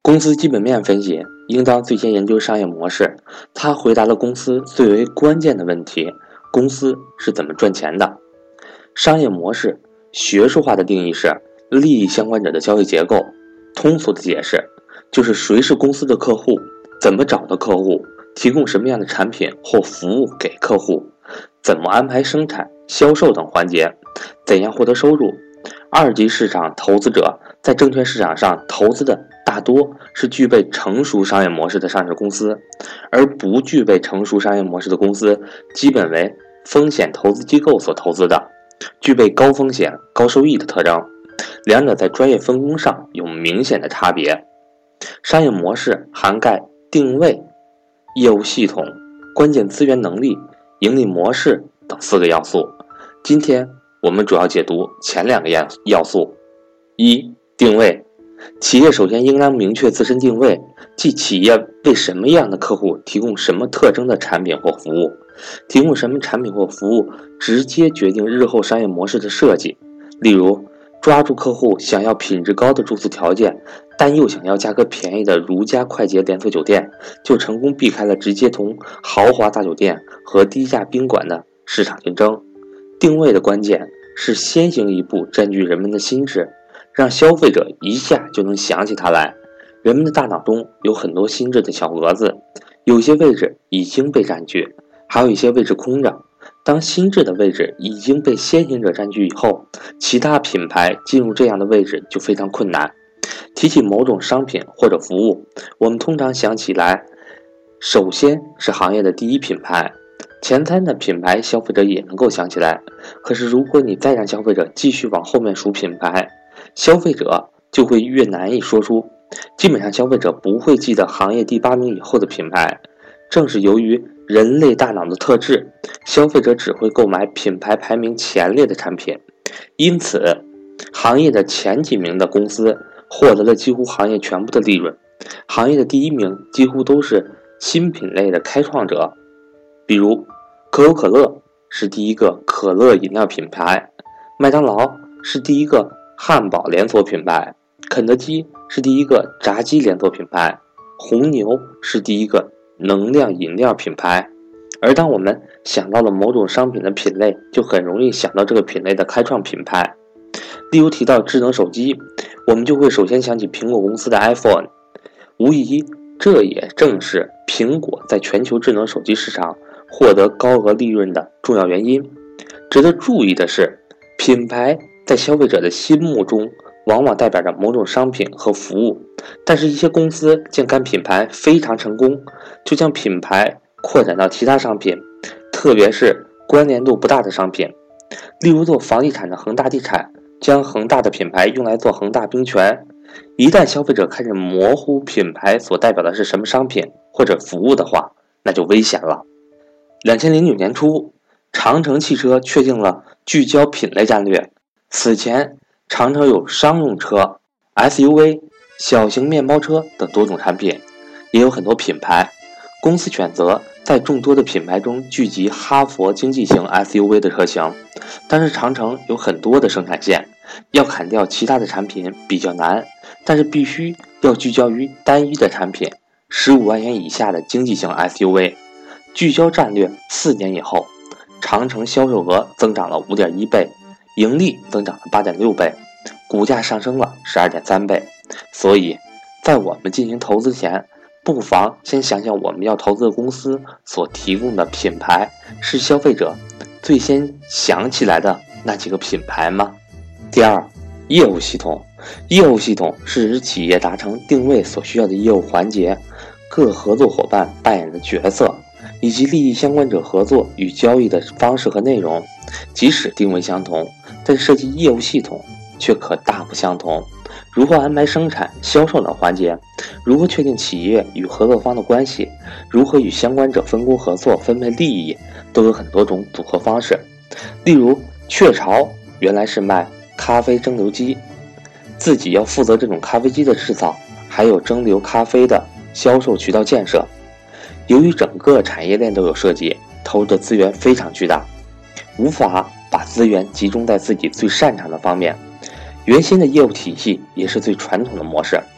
公司基本面分析应当最先研究商业模式，它回答了公司最为关键的问题：公司是怎么赚钱的？商业模式学术化的定义是利益相关者的交易结构，通俗的解释就是谁是公司的客户，怎么找到客户，提供什么样的产品或服务给客户，怎么安排生产、销售等环节，怎样获得收入。二级市场投资者在证券市场上投资的大多是具备成熟商业模式的上市公司，而不具备成熟商业模式的公司基本为风险投资机构所投资的，具备高风险高收益的特征，两者在专业分工上有明显的差别。商业模式涵盖定位、业务系统、关键资源能力、盈利模式等4个要素。今天我们主要解读前2个要素。一、定位。企业首先应当明确自身定位，即企业为什么样的客户提供什么特征的产品或服务，提供什么产品或服务直接决定日后商业模式的设计。例如，抓住客户想要品质高的住宿条件，但又想要价格便宜的如家快捷连锁酒店，就成功避开了直接同豪华大酒店和低价宾馆的市场竞争。定位的关键是先行一步占据人们的心智，让消费者一下就能想起它来。人们的大脑中有很多心智的小格子，有些位置已经被占据，还有一些位置空着。当心智的位置已经被先行者占据以后，其他品牌进入这样的位置就非常困难。提起某种商品或者服务，我们通常想起来，首先是行业的第一品牌，前3的品牌消费者也能够想起来。可是如果你再让消费者继续往后面数品牌，消费者就会越难以说出，基本上消费者不会记得行业第8名以后的品牌。正是由于人类大脑的特质，消费者只会购买品牌排名前列的产品，因此行业的前几名的公司获得了几乎行业全部的利润。行业的第1名几乎都是新品类的开创者，比如可口可乐是第1个可乐饮料品牌，麦当劳是第1个汉堡连锁品牌，肯德基是第1个炸鸡连锁品牌，红牛是第1个能量饮料品牌。而当我们想到了某种商品的品类，就很容易想到这个品类的开创品牌。例如提到智能手机，我们就会首先想起苹果公司的 iPhone， 无疑这也正是苹果在全球智能手机市场获得高额利润的重要原因。值得注意的是，品牌在消费者的心目中往往代表着某种商品和服务，但是一些公司见该品牌非常成功，就将品牌扩展到其他商品，特别是关联度不大的商品。例如做房地产的恒大地产，将恒大的品牌用来做恒大冰泉。一旦消费者开始模糊品牌所代表的是什么商品或者服务的话，那就危险了。2009年初，长城汽车确定了聚焦品类战略。此前，长城有商用车、SUV、小型面包车等多种产品，也有很多品牌。公司选择在众多的品牌中聚集哈佛经济型 SUV 的车型，但是长城有很多的生产线，要砍掉其他的产品比较难，但是必须要聚焦于单一的产品，15万元以下的经济型 SUV。 聚焦战略4年以后，长城销售额增长了 5.1 倍，盈利增长了 8.6 倍，股价上升了 12.3 倍。所以在我们进行投资前，不妨先想想我们要投资的公司所提供的品牌是消费者最先想起来的那几个品牌吗？第2，业务系统。业务系统是指企业达成定位所需要的业务环节，各合作伙伴扮演的角色，以及利益相关者合作与交易的方式和内容。即使定位相同，但设计业务系统却可大不相同。如何安排生产、销售等环节，如何确定企业与合作方的关系，如何与相关者分工合作、分配利益，都有很多种组合方式。例如，雀巢原来是卖咖啡蒸馏机，自己要负责这种咖啡机的制造，还有蒸馏咖啡的销售渠道建设。由于整个产业链都有涉及，投入的资源非常巨大，无法把资源集中在自己最擅长的方面。原先的业务体系也是最传统的模式，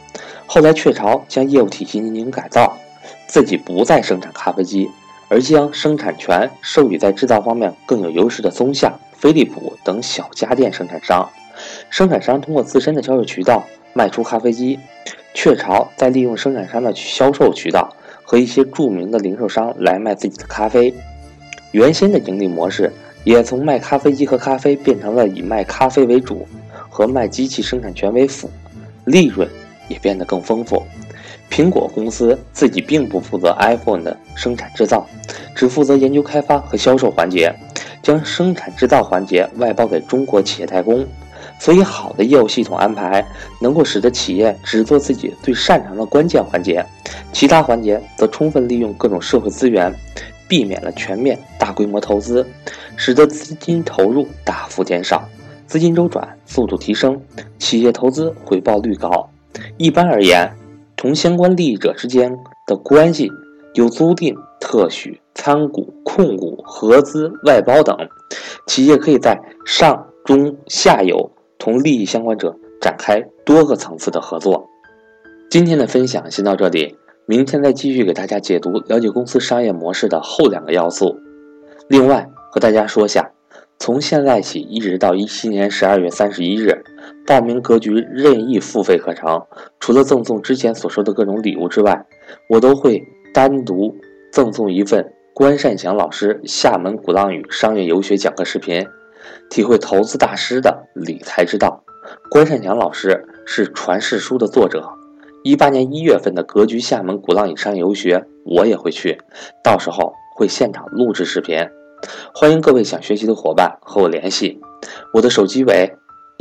后来雀巢将业务体系进行改造，自己不再生产咖啡机，而将生产权授予在制造方面更有优势的松下、飞利浦等小家电生产商。生产商通过自身的销售渠道卖出咖啡机，雀巢再利用生产商的销售渠道和一些著名的零售商来卖自己的咖啡。原先的盈利模式也从卖咖啡机和咖啡变成了以卖咖啡为主和卖机器生产权为辅，利润也变得更丰富。苹果公司自己并不负责 iPhone 的生产制造，只负责研究开发和销售环节，将生产制造环节外包给中国企业代工。所以好的业务系统安排能够使得企业只做自己最擅长的关键环节，其他环节则充分利用各种社会资源，避免了全面大规模投资，使得资金投入大幅减少，资金周转速度提升，企业投资回报率高。一般而言，同相关利益者之间的关系有租赁、特许、参股、控股、合资、外包等，企业可以在上、中、下游同利益相关者展开多个层次的合作。今天的分享先到这里，明天再继续给大家解读了解公司商业模式的后2个要素。另外和大家说下，从现在起一直到17年12月31日，报名格局任意付费课程，除了赠送之前所说的各种礼物之外，我都会单独赠送一份关善祥老师厦门鼓浪屿商业游学讲课视频，体会投资大师的理财之道。关善祥老师是传世书的作者，18年1月份的格局厦门鼓浪屿商业游学我也会去，到时候会现场录制视频，欢迎各位想学习的伙伴和我联系，我的手机为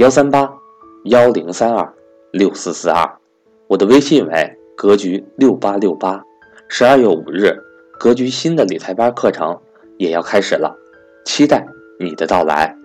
138-1032-6442，我的微信为格局6868。12月5日，格局新的理财班课程也要开始了，期待你的到来。